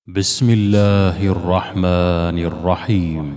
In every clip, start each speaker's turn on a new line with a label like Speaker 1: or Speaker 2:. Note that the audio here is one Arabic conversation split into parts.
Speaker 1: بسم الله الرحمن الرحيم.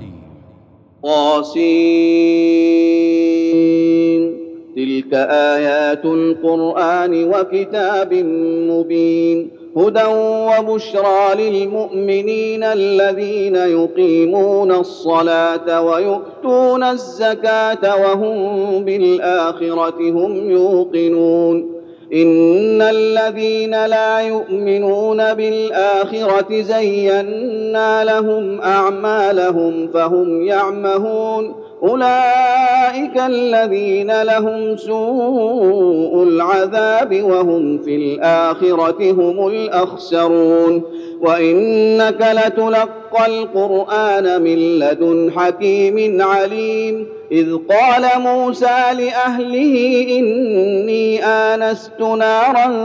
Speaker 2: طاسين. تلك آيات القرآن وكتاب مبين، هدى وبشرى للمؤمنين الذين يقيمون الصلاة ويؤتون الزكاة وهم بالآخرة هم يوقنون. إن الذين لا يؤمنون بالآخرة زينا لهم أعمالهم فهم يعمهون، أولئك الذين لهم سوء العذاب وهم في الآخرة هم الأخسرون. وإنك لتلقى القرآن من لدن حكيم عليم. إذ قال موسى لأهله إني آنست نارا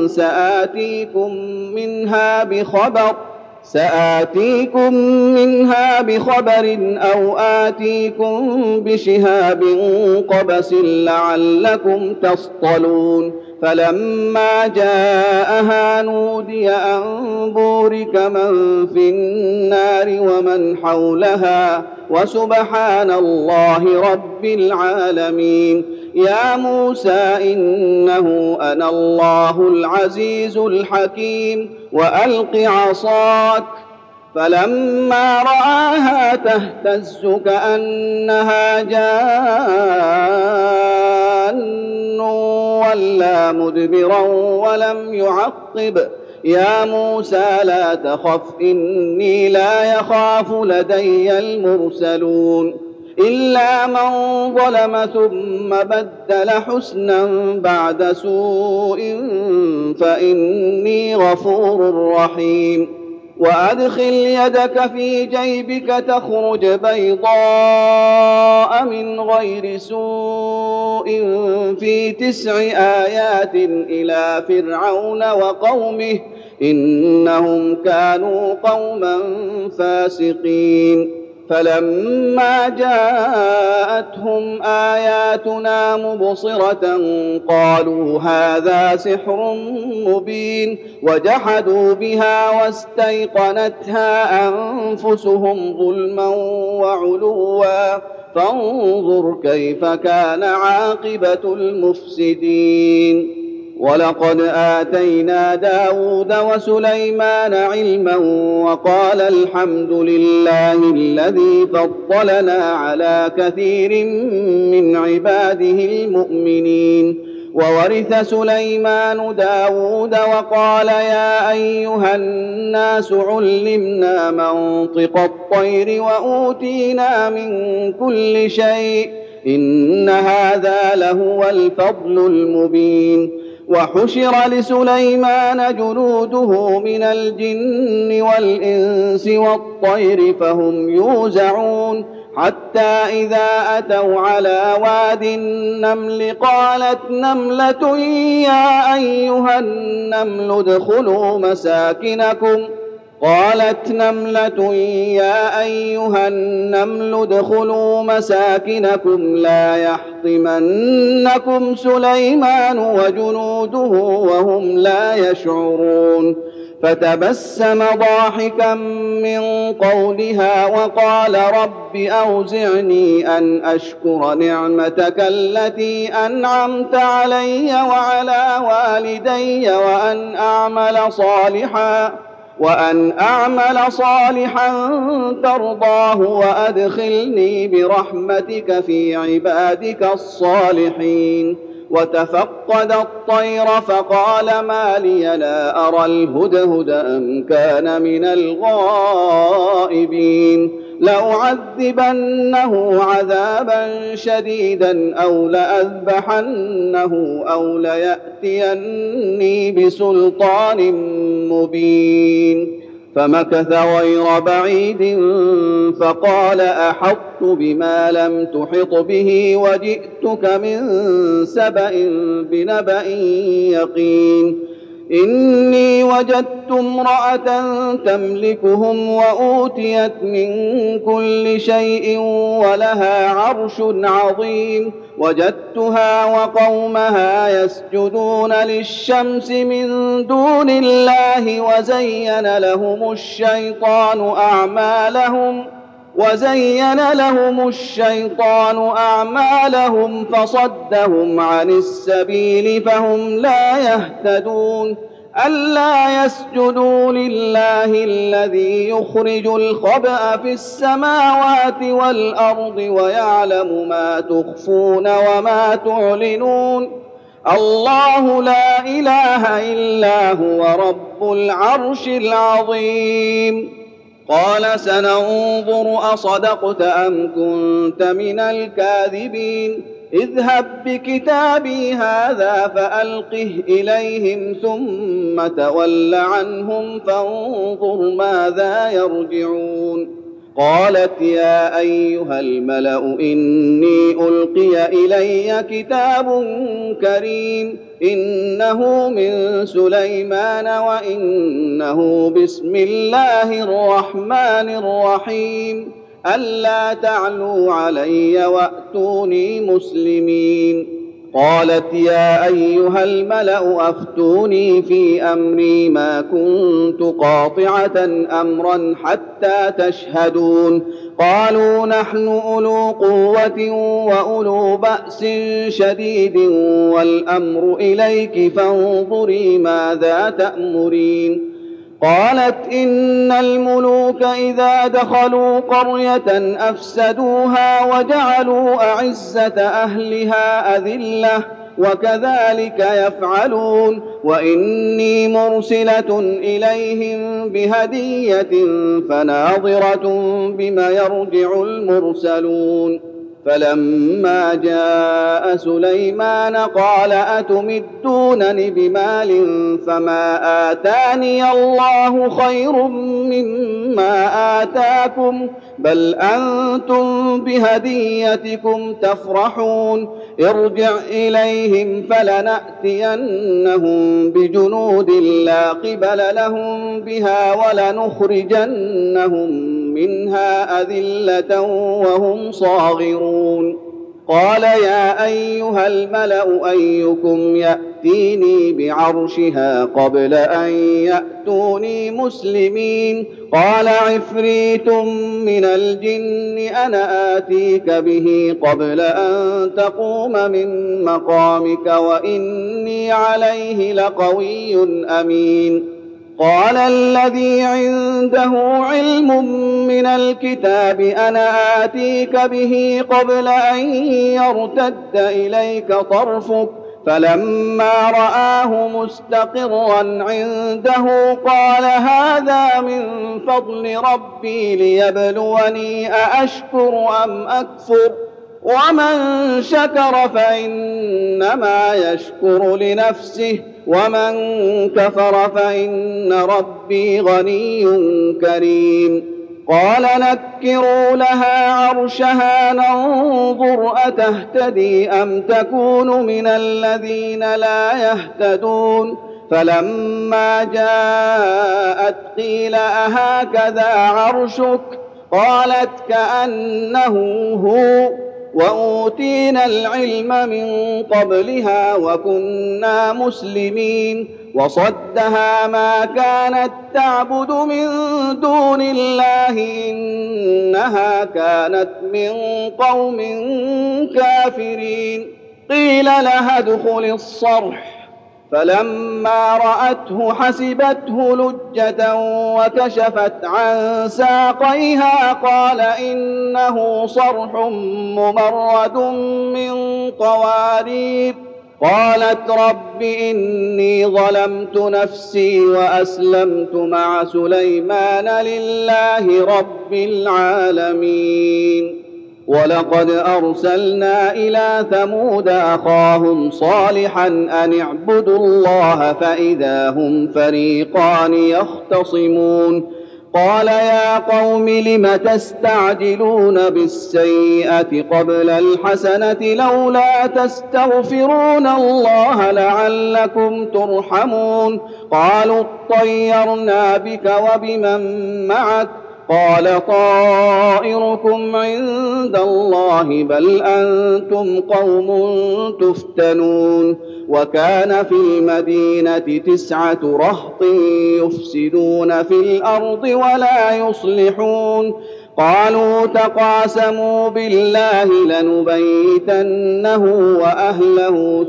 Speaker 2: سآتيكم منها بخبر أو آتيكم بشهاب قبس لعلكم تصطلون. فلما جاءها نودي أن بورك من في النار ومن حولها وسبحان الله رب العالمين. يا موسى إنه أنا الله العزيز الحكيم وألق عصاك. فلما رآها تهتز كأنها جان ولا مدبرا ولم يعقب. يا موسى لا تخف إني لا يخاف لدي المرسلون. إلا من ظلم ثم بدل حسنا بعد سوء فإني غفور رحيم. وأدخل يدك في جيبك تخرج بيضاء من غير سوء في 9 آيات إلى فرعون وقومه إنهم كانوا قوما فاسقين. فلما جاءتهم آياتنا مبصرة قالوا هذا سحر مبين، وجحدوا بها واستيقنتها أنفسهم ظلما وعلوا، فانظر كيف كان عاقبة المفسدين. ولقد آتينا داود وسليمان علما وقال الحمد لله الذي فضلنا على كثير من عباده المؤمنين. وورث سليمان داود وقال يا أيها الناس علمنا منطق الطير وأوتينا من كل شيء إن هذا لهو الفضل المبين. وحشر لسليمان جنوده من الجن والإنس والطير فهم يوزعون، حتى إذا أتوا على واد النمل قالت نملة يا أيها النمل ادخلوا مساكنكم لا يحطمنكم سليمان وجنوده وهم لا يشعرون. فتبسم ضاحكا من قولها وقال رب أوزعني أن أشكر نعمتك التي أنعمت علي وعلى والدي وأن أعمل صالحا ترضاه وأدخلني برحمتك في عبادك الصالحين. وتفقد الطير فقال ما لي لا أرى الهدهد أم كان من الغائبين. لأعذبنه عذابا شديدا أو لأذبحنه أو ليأتيني بسلطان مبين. فمكث غير بعيد فقال أحطت بما لم تحط به وجئتك من سبأ بنبأ يقين. إني وجدت امرأة تملكهم وأوتيت من كل شيء ولها عرش عظيم وجدتها وقومها يسجدون للشمس من دون الله وزين لهم الشيطان أعمالهم فصدهم عن السبيل فهم لا يهتدون ألا يسجدوا لله الذي يخرج الخبأ في السماوات والأرض ويعلم ما تخفون وما تعلنون الله لا إله إلا هو رب العرش العظيم قال سننظر أصدقت أم كنت من الكاذبين اذهب بكتابي هذا فألقه إليهم ثم تول عنهم فانظر ماذا يرجعون قالت يا أيها الملأ إني ألقي إلي كتاب كريم إنه من سليمان وإنه بسم الله الرحمن الرحيم ألا تعلوا علي وأتوني مسلمين قالت يا أيها الملأ أفتوني في أمري ما كنت قاطعة أمرا حتى تشهدون قالوا نحن أولو قوة وأولو بأس شديد والأمر إليك فانظري ماذا تأمرين قالت إن الملوك إذا دخلوا قرية أفسدوها وجعلوا أعزة أهلها أذلة وكذلك يفعلون وإني مرسلة إليهم بهدية فناظرة بما يرجع المرسلون فلما جاء سليمان قال أتمدونني بمال فما آتاني الله خير مما آتاكم بل أنتم بهديتكم تفرحون ارجع إليهم فلنأتينهم بجنود لا قبل لهم بها ولنخرجنهم منها أذلة وهم صاغرون قال يا أيها الملأ أيكم يأتيني بعرشها قبل أن يأتوني مسلمين قال عفريت من الجن أنا آتيك به قبل أن تقوم من مقامك وإني عليه لقوي أمين قال الذي عنده علم من الكتاب أنا آتيك به قبل أن يرتد إليك طرفك فلما رآه مستقرا عنده قال هذا من فضل ربي ليبلوني أأشكر أم أكفر ومن شكر فإنما يشكر لنفسه ومن كفر فإن ربي غني كريم قال نكروا لها عرشها ننظر أتهتدي أم تكون من الذين لا يهتدون فلما جاءت قيل أهكذا عرشك قالت كأنه هو وأوتينا العلم من قبلها وكنا مسلمين وصدها ما كانت تعبد من دون الله إنها كانت من قوم كافرين قيل لها ادخل الصرح فلما رأته حسبته لجة وكشفت عن ساقيها قال إنه صرح ممرد من قوارير قالت رب إني ظلمت نفسي وأسلمت مع سليمان لله رب العالمين ولقد أرسلنا إلى ثمود أخاهم صالحا أن اعبدوا الله فإذا هم فريقان يختصمون قال يا قوم لم تستعجلون بالسيئة قبل الحسنة لولا تستغفرون الله لعلكم ترحمون قالوا اطيرنا بك وبمن معك قال طائركم عند الله بل أنتم قوم تفتنون وكان في المدينة 9 رهط يفسدون في الأرض ولا يصلحون قالوا تقاسموا بالله لنبيتنه وأهله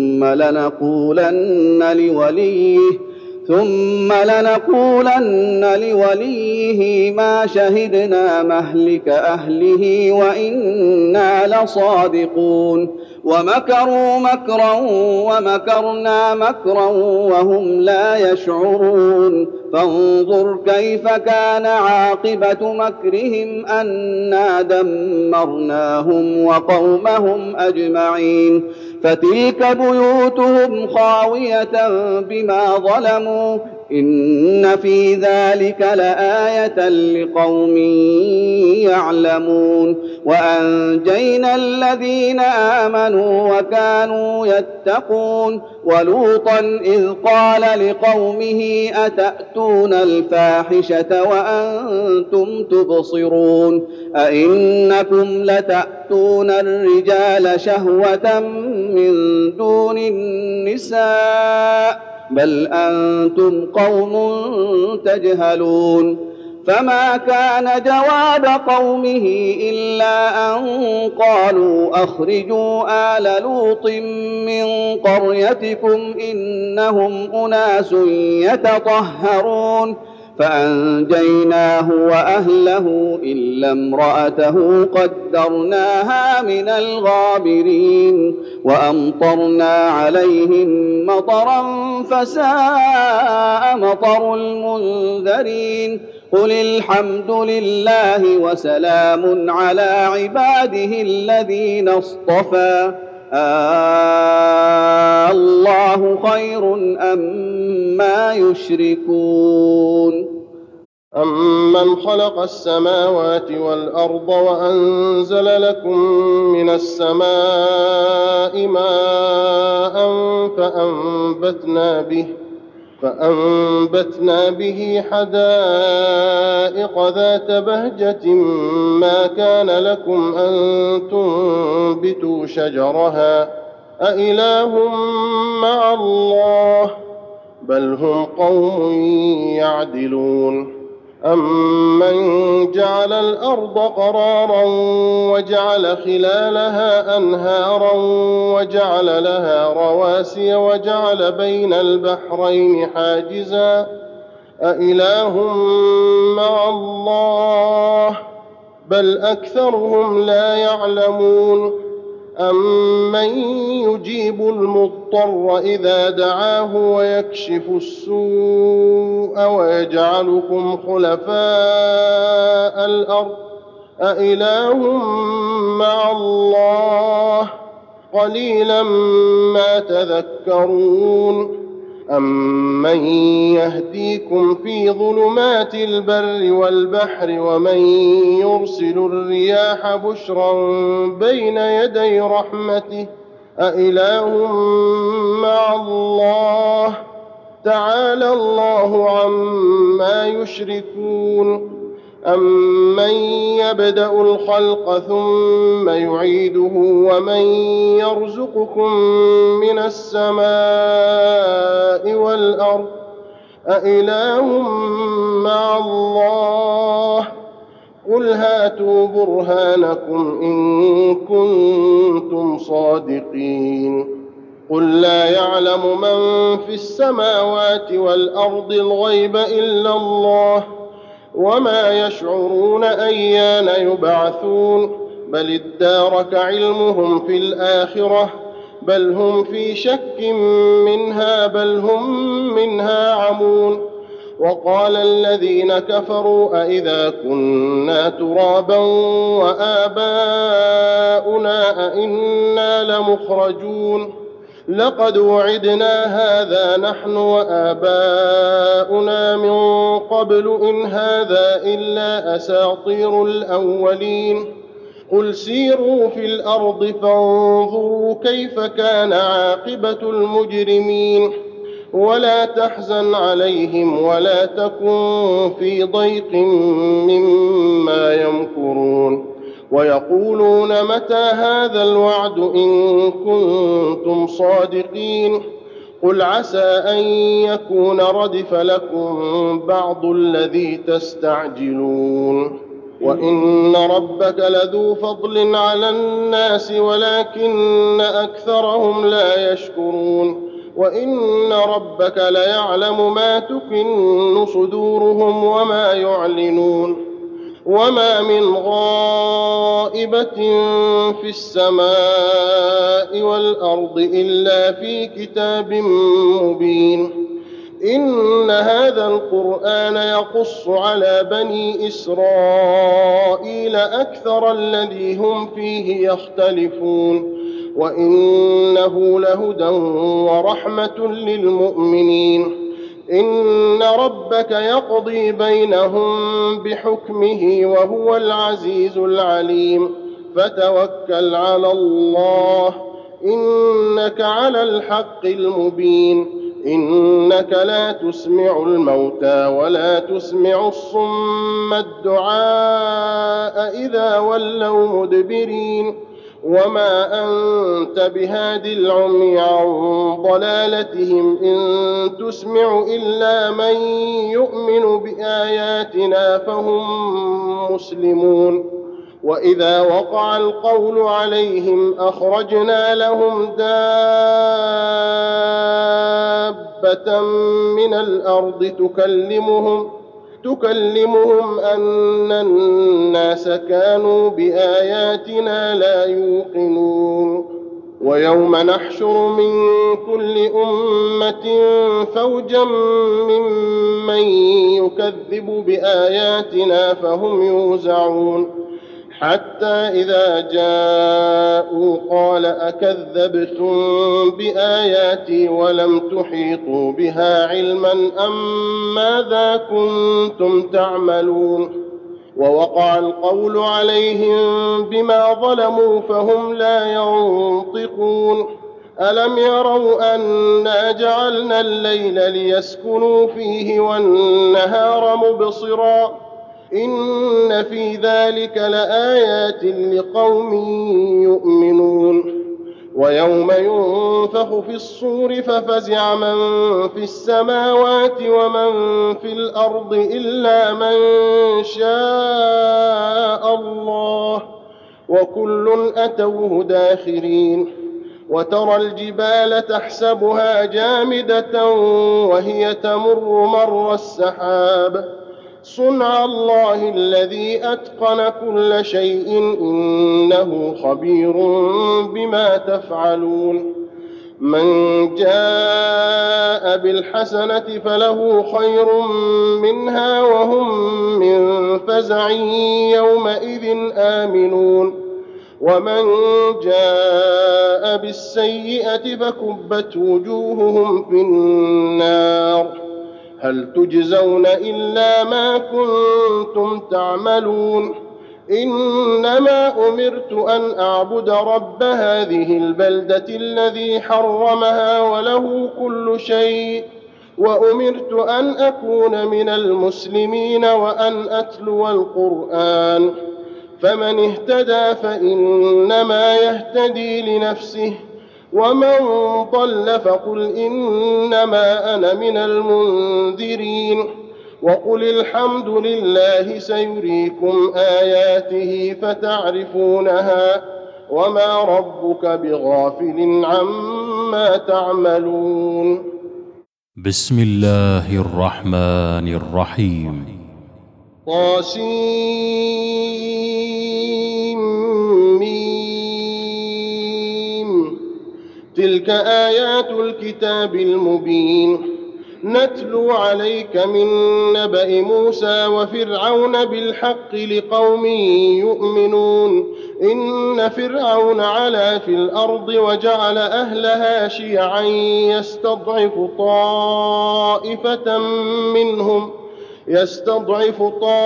Speaker 2: ثم لنقولن لوليه ما شهدنا مهلك أهله وإنا لصادقون ومكروا مكرا ومكرنا مكرا وهم لا يشعرون فانظر كيف كان عاقبة مكرهم أنا دمرناهم وقومهم أجمعين فتلك بيوتهم خاوية بما ظلموا إن في ذلك لآية لقوم يعلمون وأنجينا الذين آمنوا وكانوا يتقون ولوطا إذ قال لقومه أتأتون الفاحشة وأنتم تبصرون أئنكم لتأتون الرجال شهوة من دون النساء بل أنتم قوم تجهلون فما كان جواب قومه إلا أن قالوا أخرجوا آل لوط من قريتكم إنهم أناس يتطهرون فأنجيناه وأهله إلا امرأته قدرناها من الغابرين وأمطرنا عليهم مطرا فساء مطر المنذرين قل الحمد لله وسلام على عباده الذين اصطفى الله خير أما يشركون
Speaker 3: أمن خلق السماوات والأرض وأنزل لكم من السماء ماء فأنبتنا به حدائق ذات بهجة ما كان لكم أن تنبتوا شجرها أإله مع الله بل هم قوم يعدلون أمن جعل الأرض قرارا وجعل خلالها أنهارا وجعل لها رواسي وجعل بين البحرين حاجزا أإله مع الله بل أكثرهم لا يعلمون أمن يجيب المضطر إذا دعاه ويكشف السوء ويجعلكم خلفاء الأرض أإله مع الله قليلا ما تذكرون أمن يهديكم في ظلمات البر والبحر ومن يرسل الرياح بشرا بين يدي رحمته أإله مع الله تعالى الله عما يشركون أمن يبدأ الخلق ثم يعيده ومن يرزقكم من السماء والأرض أإله مع الله قل هاتوا برهانكم إن كنتم صادقين قل لا يعلم من في السماوات والأرض الغيب إلا الله وما يشعرون أيان يبعثون بل ادارك علمهم في الآخرة بل هم في شك منها بل هم منها عمون وقال الذين كفروا أئذا كنا ترابا وآباؤنا أئنا لمخرجون لقد وعدنا هذا نحن وآباؤنا من قبل إن هذا إلا أساطير الأولين قل سيروا في الأرض فانظروا كيف كان عاقبة المجرمين ولا تحزن عليهم ولا تكن في ضيق مما يمكرون ويقولون متى هذا الوعد إن كنتم صادقين قل عسى أن يكون ردف لكم بعض الذي تستعجلون وإن ربك لذو فضل على الناس ولكن أكثرهم لا يشكرون وإن ربك ليعلم ما تكن صدورهم وما يعلنون وما من غائبة في السماء والأرض إلا في كتاب مبين إن هذا القرآن يقص على بني إسرائيل أكثر الذي هم فيه يختلفون وإنه لهدى ورحمة للمؤمنين إن ربك يقضي بينهم بحكمه وهو العزيز العليم فتوكل على الله إنك على الحق المبين إنك لا تسمع الموتى ولا تسمع الصم الدعاء إذا ولوا مدبرين وما أنت بهاد العمي عن ضلالتهم إن تسمع إلا من يؤمن بآياتنا فهم مسلمون وإذا وقع القول عليهم أخرجنا لهم دابة من الأرض تكلمهم أن الناس كانوا بآياتنا لا يوقنون ويوم نحشر من كل أمة فوجا ممن يكذب بآياتنا فهم يوزعون حتى إذا جاءوا قال أكذبتم بآياتي ولم تحيطوا بها علما أم ماذا كنتم تعملون ووقع القول عليهم بما ظلموا فهم لا ينطقون ألم يروا أنا جعلنا الليل ليسكنوا فيه والنهار مبصرا إن في ذلك لآيات لقوم يؤمنون ويوم ينفخ في الصور ففزع من في السماوات ومن في الأرض إلا من شاء الله وكل أتوه داخرين وترى الجبال تحسبها جامدة وهي تمر مر السحاب صنع الله الذي أتقن كل شيء إنه خبير بما تفعلون من جاء بالحسنة فله خير منها وهم من فزع يومئذ آمنون ومن جاء بالسيئة فكبت وجوههم في النار هل تجزون إلا ما كنتم تعملون إنما أمرت أن أعبد رب هذه البلدة الذي حرمها وله كل شيء وأمرت أن أكون من المسلمين وأن أتلو القرآن فمن اهتدى فإنما يهتدي لنفسه ومن ضل فقل إنما أنا من المنذرين وقل الحمد لله سيريكم آياته فتعرفونها وما ربك بغافل عما تعملون
Speaker 1: بسم الله الرحمن الرحيم
Speaker 3: تلك آيات الكتاب المبين نتلو عليك من نبأ موسى وفرعون بالحق لقوم يؤمنون إن فرعون علا في الأرض وجعل أهلها شيعا يستضعف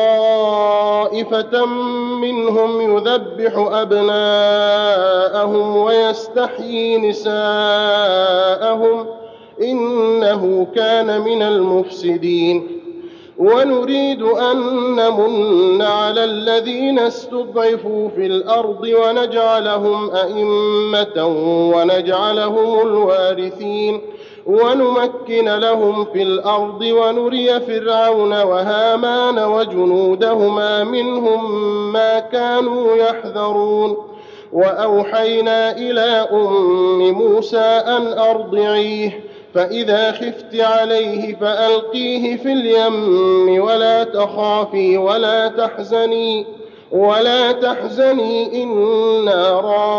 Speaker 3: طائفة منهم يذبح أبناءهم ويستحيي نساءهم إنه كان من المفسدين ونريد أن نمن على الذين استضعفوا في الأرض ونجعلهم أئمة ونجعلهم الوارثين ونمكن لهم في الأرض ونري فرعون وهامان وجنودهما منهم ما كانوا يحذرون وأوحينا إلى أم موسى أن أرضعيه فإذا خفت عليه فألقيه في اليم ولا تخافي ولا تحزني إنا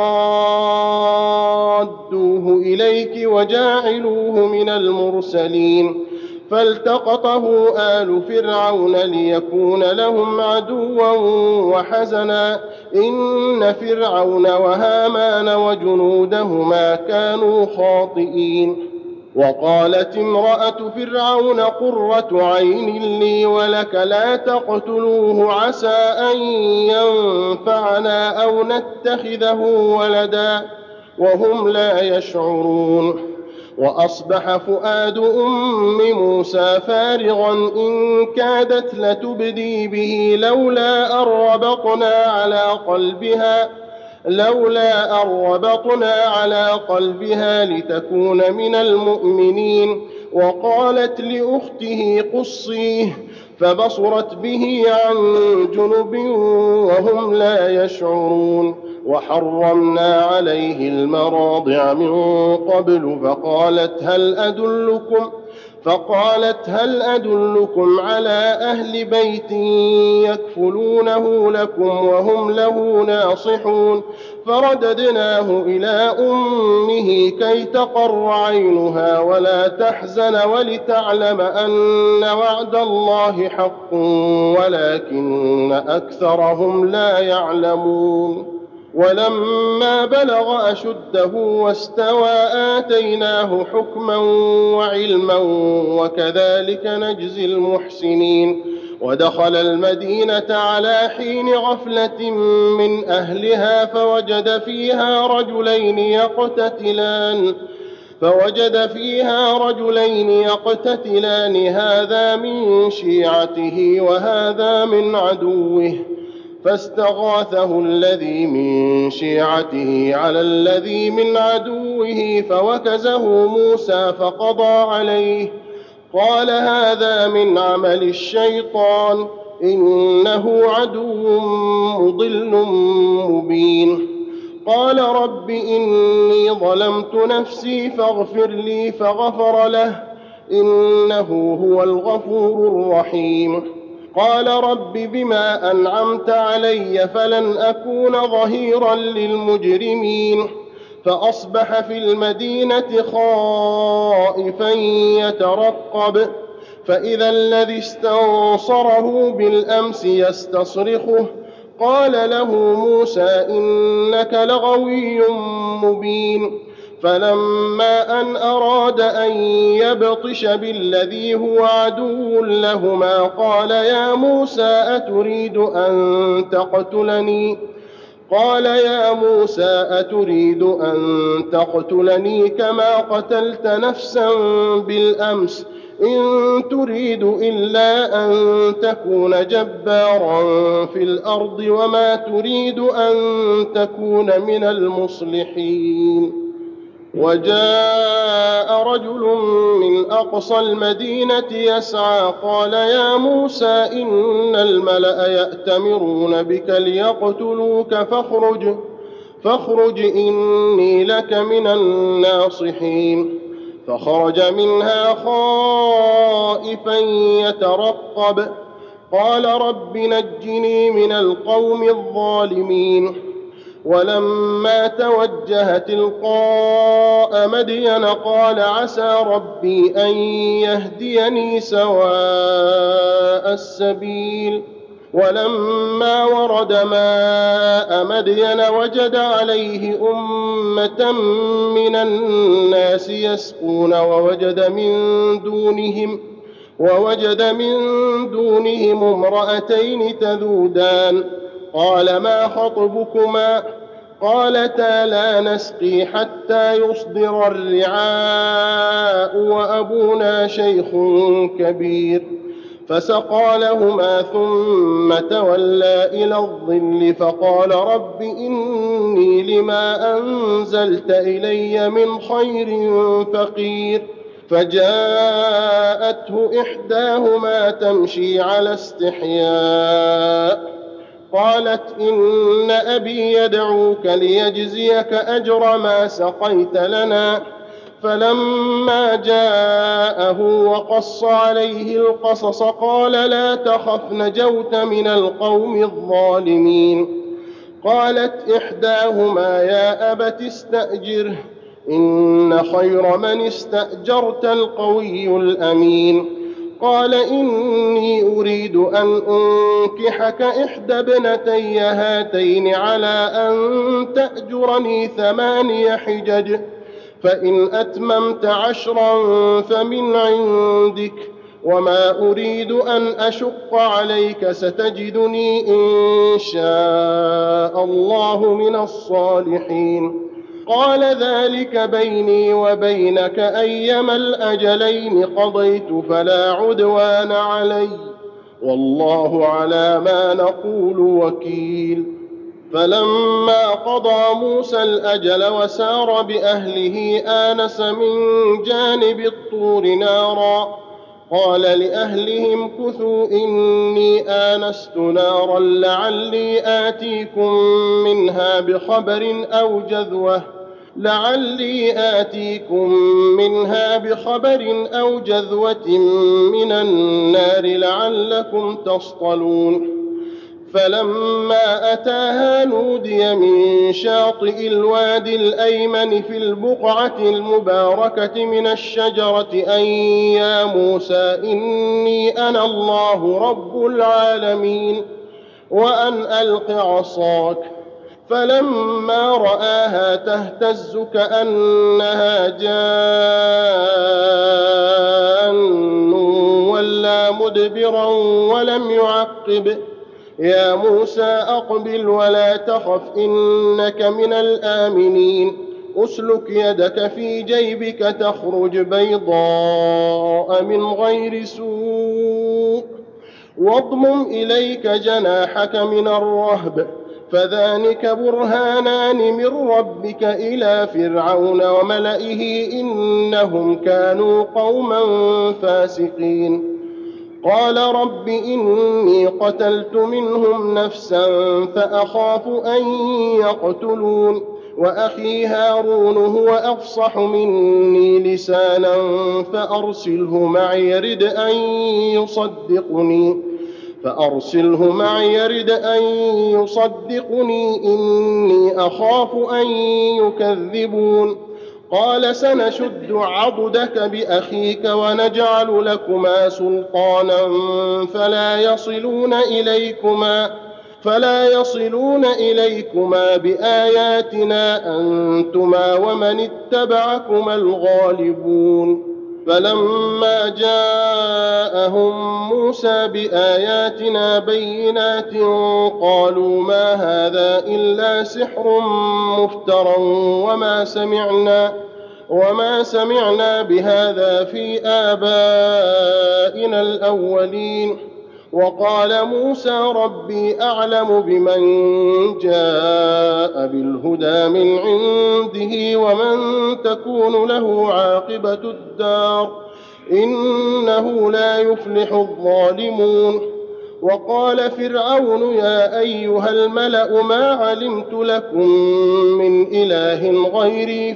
Speaker 3: رادوه إليك وجاعلوه من المرسلين فالتقطه آل فرعون ليكون لهم عدوا وحزنا إن فرعون وهامان وجنودهما كانوا خاطئين وقالت امرأة فرعون قرة عين لي ولك لا تقتلوه عسى أن ينفعنا أو نتخذه ولدا وهم لا يشعرون وأصبح فؤاد أم موسى فارغا إن كادت لتبدي به لولا أن ربطنا على قلبها لتكون من المؤمنين وقالت لأخته قصيه فبصرت به عن جنب وهم لا يشعرون وحرمنا عليه المراضع من قبل فقالت هل أدلكم على أهل بيت يكفلونه لكم وهم له ناصحون فرددناه إلى أمه كي تقر عينها ولا تحزن ولتعلم أن وعد الله حق ولكن أكثرهم لا يعلمون ولما بلغ أشده واستوى آتيناه حكما وعلما وكذلك نجزي المحسنين ودخل المدينة على حين غفلة من أهلها فوجد فيها رجلين يقتتلان هذا من شيعته وهذا من عدوه فاستغاثه الذي من شيعته على الذي من عدوه فوكزه موسى فقضى عليه قال هذا من عمل الشيطان إنه عدو مضل مبين قال رب إني ظلمت نفسي فاغفر لي فغفر له إنه هو الغفور الرحيم قال رب بما أنعمت علي فلن أكون ظهيرا للمجرمين فأصبح في المدينة خائفا يترقب فإذا الذي استنصره بالأمس يستصرخه قال له موسى إنك لغوي مبين فلما أن أراد أن يبطش بالذي هو عدو لهما قال يا موسى أتريد أن تقتلني كما قتلت نفسا بالأمس إن تريد إلا أن تكون جبارا في الأرض وما تريد أن تكون من المصلحين وجاء رجل من أقصى المدينة يسعى قال يا موسى إن الملأ يأتمرون بك ليقتلوك فاخرج إني لك من الناصحين فخرج منها خائفا يترقب قال رب نجني من القوم الظالمين ولما توجه تلقاء مدين قال عسى ربي أن يهديني سواء السبيل. ولما ورد ماء مدين وجد عليه أمة من الناس يسقون ووجد من دونهم امرأتين تذودان قال ما خطبكما قالتا لا نسقي حتى يصدر الرعاء وأبونا شيخ كبير. فسقى لهما ثم تولى إلى الظل فقال رب إني لما أنزلت إلي من خير فقير. فجاءته إحداهما تمشي على استحياء قالت إن أبي يدعوك ليجزيك أجر ما سقيت لنا. فلما جاءه وقص عليه القصص قال لا تخف نجوت من القوم الظالمين. قالت إحداهما يا أبت استأجره إن خير من استأجرت القوي الأمين. قال إني أريد أن أنكحك إحدى ابنتي هاتين على أن تأجرني 8 حجج فإن أتممت 10 فمن عندك وما أريد أن أشق عليك ستجدني إن شاء الله من الصالحين. قال ذلك بيني وبينك أيما الأجلين قضيت فلا عدوان علي والله على ما نقول وكيل. فلما قضى موسى الأجل وسار بأهله آنس من جانب الطور نارا قال لأهلهم كثوا إني آنست نارا لعلي آتيكم منها بخبر أو جذوة من النار لعلكم تصطلون. فلما أتاها نودي من شاطئ الوادي الأيمن في البقعة المباركة من الشجرة أن يا موسى إني أنا الله رب العالمين وأن ألق عصاك. فلما رآها تهتز كأنها جان ولا مدبرا ولم يعقب. يا موسى أقبل ولا تخف إنك من الآمنين. أسلك يدك في جيبك تخرج بيضاء من غير سوء واضمم إليك جناحك من الرهب فذلك برهانان من ربك إلى فرعون وملئه إنهم كانوا قوما فاسقين. قال رب إني قتلت منهم نفسا فأخاف أن يقتلون وأخي هارون هو أفصح مني لسانا فأرسله معي يرد أن يصدقني إني أخاف أن يكذبون. قال سنشد عضدك بأخيك ونجعل لكما سلطانا فلا يصلون إليكما بآياتنا أنتما ومن اتبعكما الغالبون. فلما جاءهم موسى بآياتنا بينات قالوا ما هذا إلا سحر مفترى وما سمعنا بهذا في آبائنا الأولين. وقال موسى ربي أعلم بمن جاء بالهدى من عنده ومن تكون له عاقبة الدار إنه لا يفلح الظالمون. وقال فرعون يا أيها الملأ ما علمت لكم من إله غيري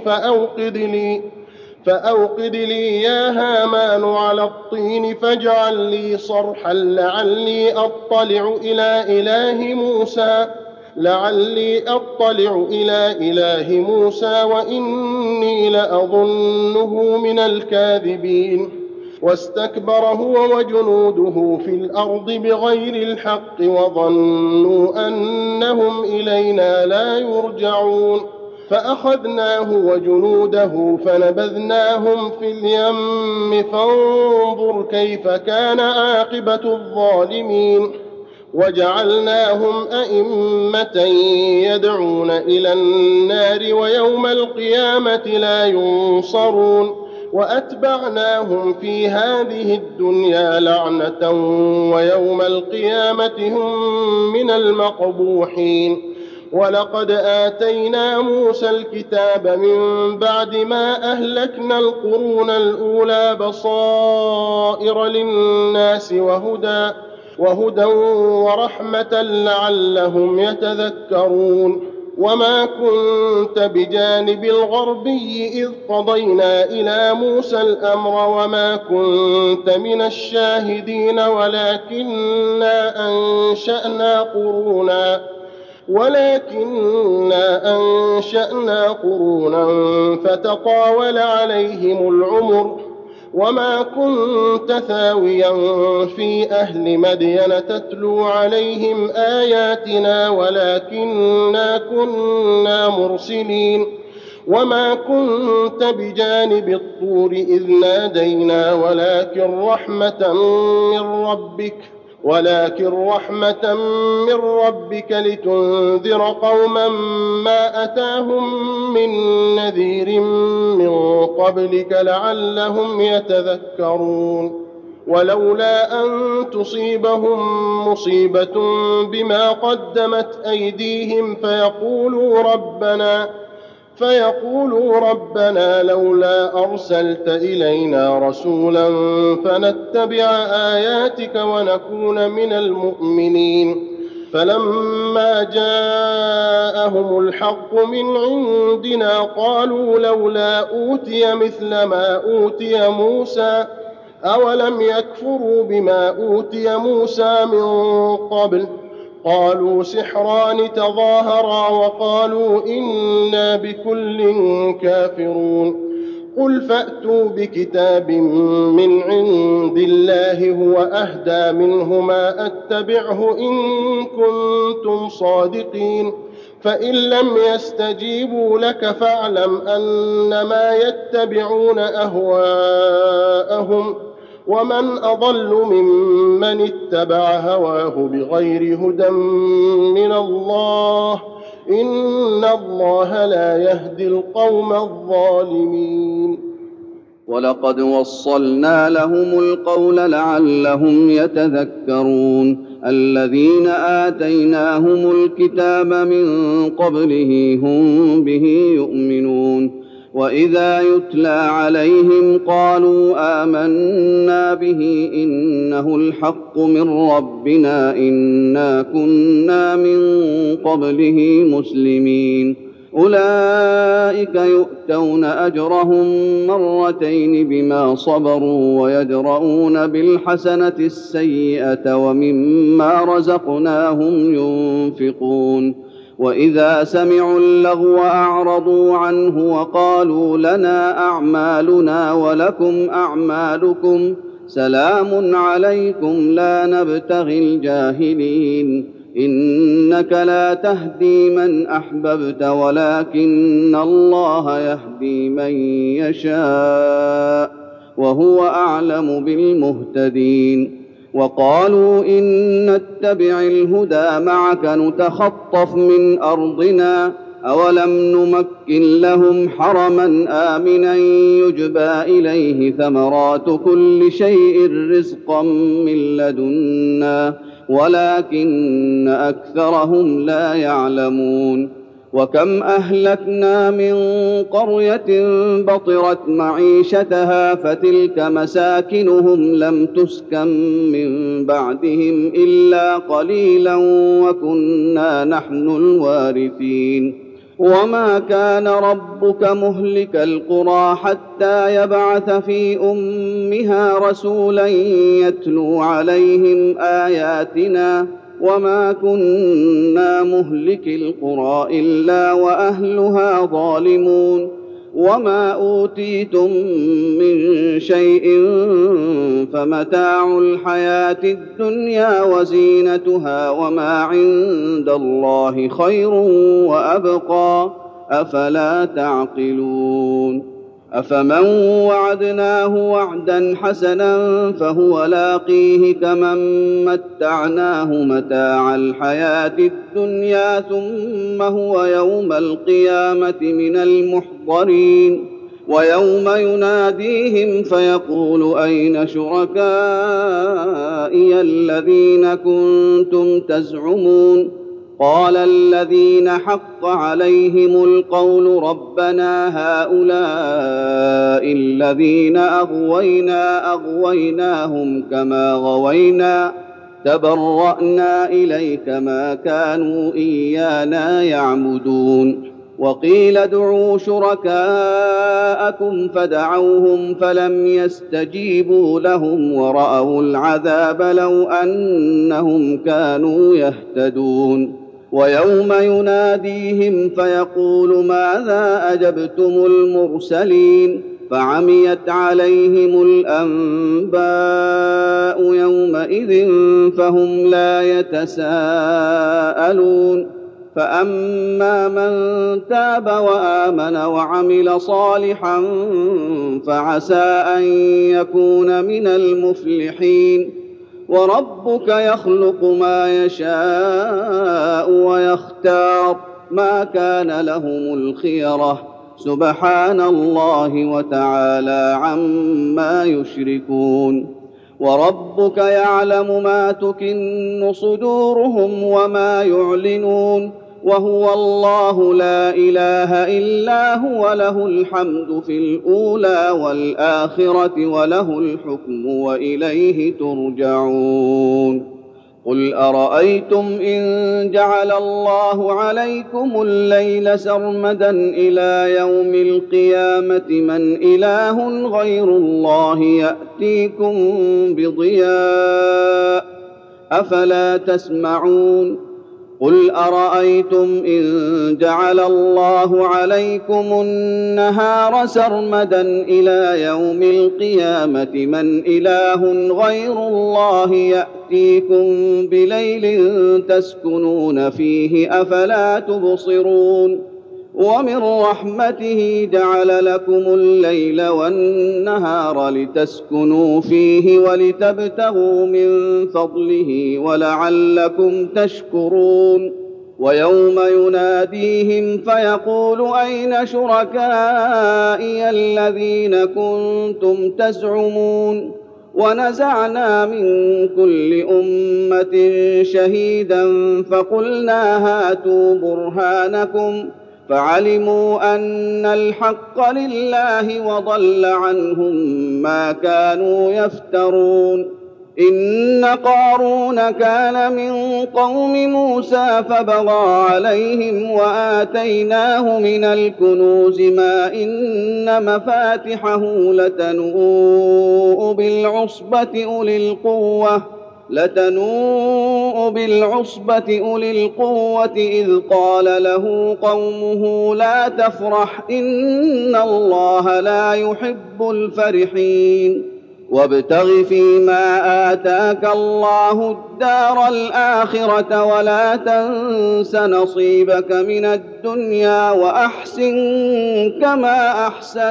Speaker 3: فأوقد لي يا هامان على الطين فاجعل لي صرحا لعلي أطلع إلى إله موسى لعلي أطلع إلى إله موسى وإني لأظنه من الكاذبين واستكبر هو وجنوده في الأرض بغير الحق وظنوا أنهم إلينا لا يرجعون فأخذناه وجنوده فنبذناهم في اليم فانظر كيف كان عاقبة الظالمين وجعلناهم أئمة يدعون إلى النار ويوم القيامة لا ينصرون وأتبعناهم في هذه الدنيا لعنة ويوم القيامة هم من المقبوحين ولقد آتينا موسى الكتاب من بعد ما أهلكنا القرون الأولى بصائر للناس وهدى ورحمة لعلهم يتذكرون وما كنت بجانب الغربي إذ قضينا إلى موسى الأمر وما كنت من الشاهدين ولكننا أنشأنا قرونا فتطاول عليهم العمر وما كنت ثاويا في أهل مدين تتلو عليهم آياتنا ولكننا كنا مرسلين وما كنت بجانب الطور إذ نادينا ولكن رحمة من ربك لتنذر قوما ما أتاهم من نذير من قبلك لعلهم يتذكرون ولولا أن تصيبهم مصيبة بما قدمت أيديهم فيقولوا ربنا لولا أرسلت إلينا رسولا فنتبع آياتك ونكون من المؤمنين فلما جاءهم الحق من عندنا قالوا لولا أوتي مثل ما أوتي موسى أولم يكفروا بما أوتي موسى من قبل قالوا سحران تظاهرا وقالوا إنا بكل كافرون قل فأتوا بكتاب من عند الله هو أهدى منهما أتبعه إن كنتم صادقين فإن لم يستجيبوا لك فاعلم أنما يتبعون أهواءهم ومن أضل ممن اتبع هواه بغير هدى من الله إن الله لا يهدي القوم الظالمين
Speaker 2: ولقد وصلنا لهم القول لعلهم يتذكرون الذين آتيناهم الكتاب من قبله هم به يؤمنون وإذا يتلى عليهم قالوا آمنا به إنه الحق من ربنا إنا كنا من قبله مسلمين أولئك يؤتون أجرهم مرتين بما صبروا ويدرؤون بالحسنة السيئة ومما رزقناهم ينفقون وإذا سمعوا اللغو أعرضوا عنه وقالوا لنا أعمالنا ولكم أعمالكم سلام عليكم لا نبتغي الجاهلين إنك لا تهدي من أحببت ولكن الله يهدي من يشاء وهو أعلم بالمهتدين وقالوا إن نتبع الهدى معك نتخطف من أرضنا أولم نمكن لهم حرما آمنا يجبى إليه ثمرات كل شيء رزقا من لدنا ولكن أكثرهم لا يعلمون وكم أهلكنا من قرية بطرت معيشتها فتلك مساكنهم لم تسكن من بعدهم إلا قليلا وكنا نحن الوارثين وما كان ربك مهلك القرى حتى يبعث في أمها رسولا يتلو عليهم آياتنا وما كنا مهلك القرى إلا وأهلها ظالمون وما أوتيتم من شيء فمتاع الحياة الدنيا وزينتها وما عند الله خير وأبقى أفلا تعقلون أفمن وعدناه وعدا حسنا فهو لاقيه كمن متعناه متاع الحياة الدنيا ثم هو يوم القيامة من المحضرين ويوم يناديهم فيقول أين شركائي الذين كنتم تزعمون قال الذين حق عليهم القول ربنا هؤلاء الذين أغويناهم كما غوينا تبرأنا إليك ما كانوا إيانا يعبدون وقيل ادعوا شركاءكم فدعوهم فلم يستجيبوا لهم ورأوا العذاب لو أنهم كانوا يهتدون ويوم يناديهم فيقول ماذا أجبتم المرسلين فعميت عليهم الأنباء يومئذ فهم لا يتساءلون فأما من تاب وآمن وعمل صالحا فعسى أن يكون من المفلحين وربك يخلق ما يشاء ويختار ما كان لهم الخيرة سبحان الله وتعالى عما يشركون وربك يعلم ما تكن صدورهم وما يعلنون وهو الله لا إله إلا هو له الحمد في الأولى والآخرة وله الحكم وإليه ترجعون قل أرأيتم إن جعل الله عليكم الليل سرمدا إلى يوم القيامة من إله غير الله يأتيكم بضياء أفلا تسمعون قل أرأيتم إن جعل الله عليكم النهار سرمدا إلى يوم القيامة من إله غير الله يأتيكم بليل تسكنون فيه أفلا تبصرون ومن رحمته جعل لكم الليل والنهار لتسكنوا فيه ولتبتغوا من فضله ولعلكم تشكرون ويوم يناديهم فيقول أين شركائي الذين كنتم تزعمون ونزعنا من كل أمة شهيدا فقلنا هاتوا برهانكم فعلموا أن الحق لله وضل عنهم ما كانوا يفترون إن قارون كان من قوم موسى فبغى عليهم وآتيناه من الكنوز ما إن مفاتحه لتنوء بالعصبة أولي القوة إذ قال له قومه لا تفرح إن الله لا يحب الفرحين وابتغ فيما آتاك الله الدار الآخرة ولا تنس نصيبك من الدنيا وأحسن كما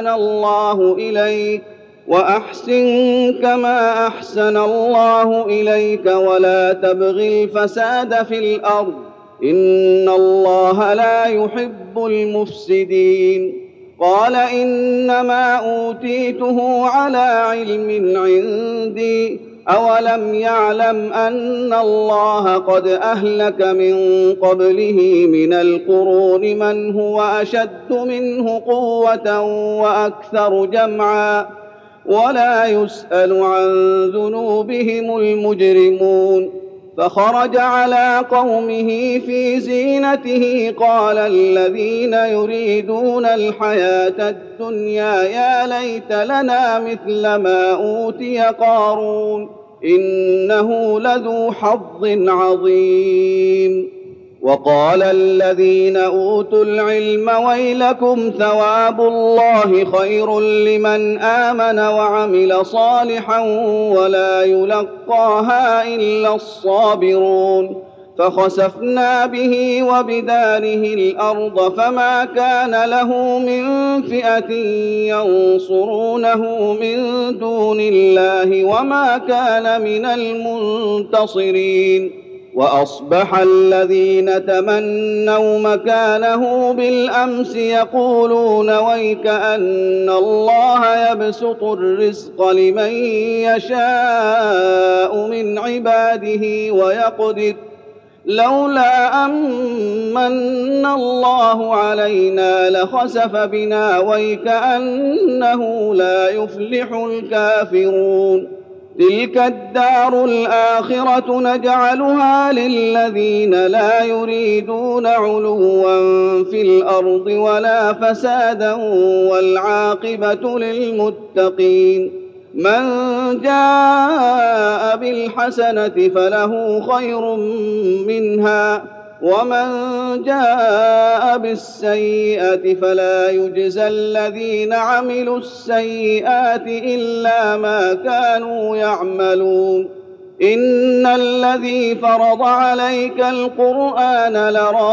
Speaker 2: أحسن الله إليك ولا تبغ الفساد في الأرض إن الله لا يحب المفسدين قال إنما أوتيته على علم عندي أولم يعلم أن الله قد أهلك من قبله من القرون من هو أشد منه قوة وأكثر جمعا ولا يسأل عن ذنوبهم المجرمون فخرج على قومه في زينته قال الذين يريدون الحياة الدنيا يا ليت لنا مثل ما أوتي قارون إنه لذو حظ عظيم. وقال الذين أوتوا العلم ويلكم ثواب الله خير لمن آمن وعمل صالحا ولا يلقاها إلا الصابرون. فخسفنا به وبداره الأرض فما كان له من فئة ينصرونه من دون الله وما كان من المنتصرين. وأصبح الذين تمنوا مكانه بالأمس يقولون ويكأن الله يبسط الرزق لمن يشاء من عباده ويقدر لولا أمن الله علينا لخسف بنا ويكأنه لا يفلح الكافرون. تلك الدار الآخرة نجعلها للذين لا يريدون علوا في الأرض ولا فسادا والعاقبة للمتقين. من جاء بالحسنة فله خير منها ومن جاء بالسيئة فلا يجزى الذين عملوا السيئات إلا ما كانوا يعملون. إن الذي فرض عليك القرآن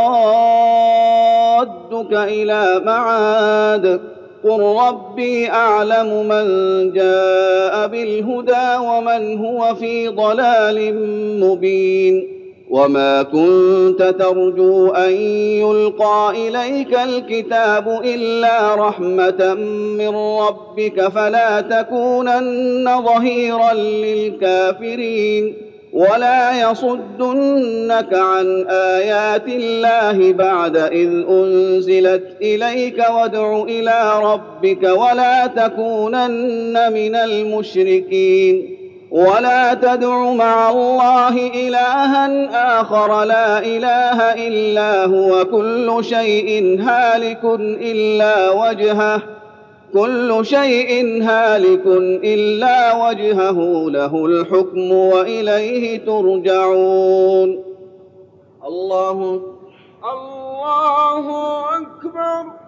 Speaker 2: لرادك إلى معاد قل ربي أعلم من جاء بالهدى ومن هو في ضلال مبين. وما كنت ترجو أن يلقى إليك الكتاب إلا رحمة من ربك فلا تكونن ظهيرا للكافرين ولا يصدنك عن آيات الله بعد إذ أنزلت إليك وادع إلى ربك ولا تكونن من المشركين. ولا تدع مع الله إلها آخر لا إله إلا هو كل شيء هالك إلا وجهه له الحكم وإليه ترجعون. الله
Speaker 3: الله أكبر.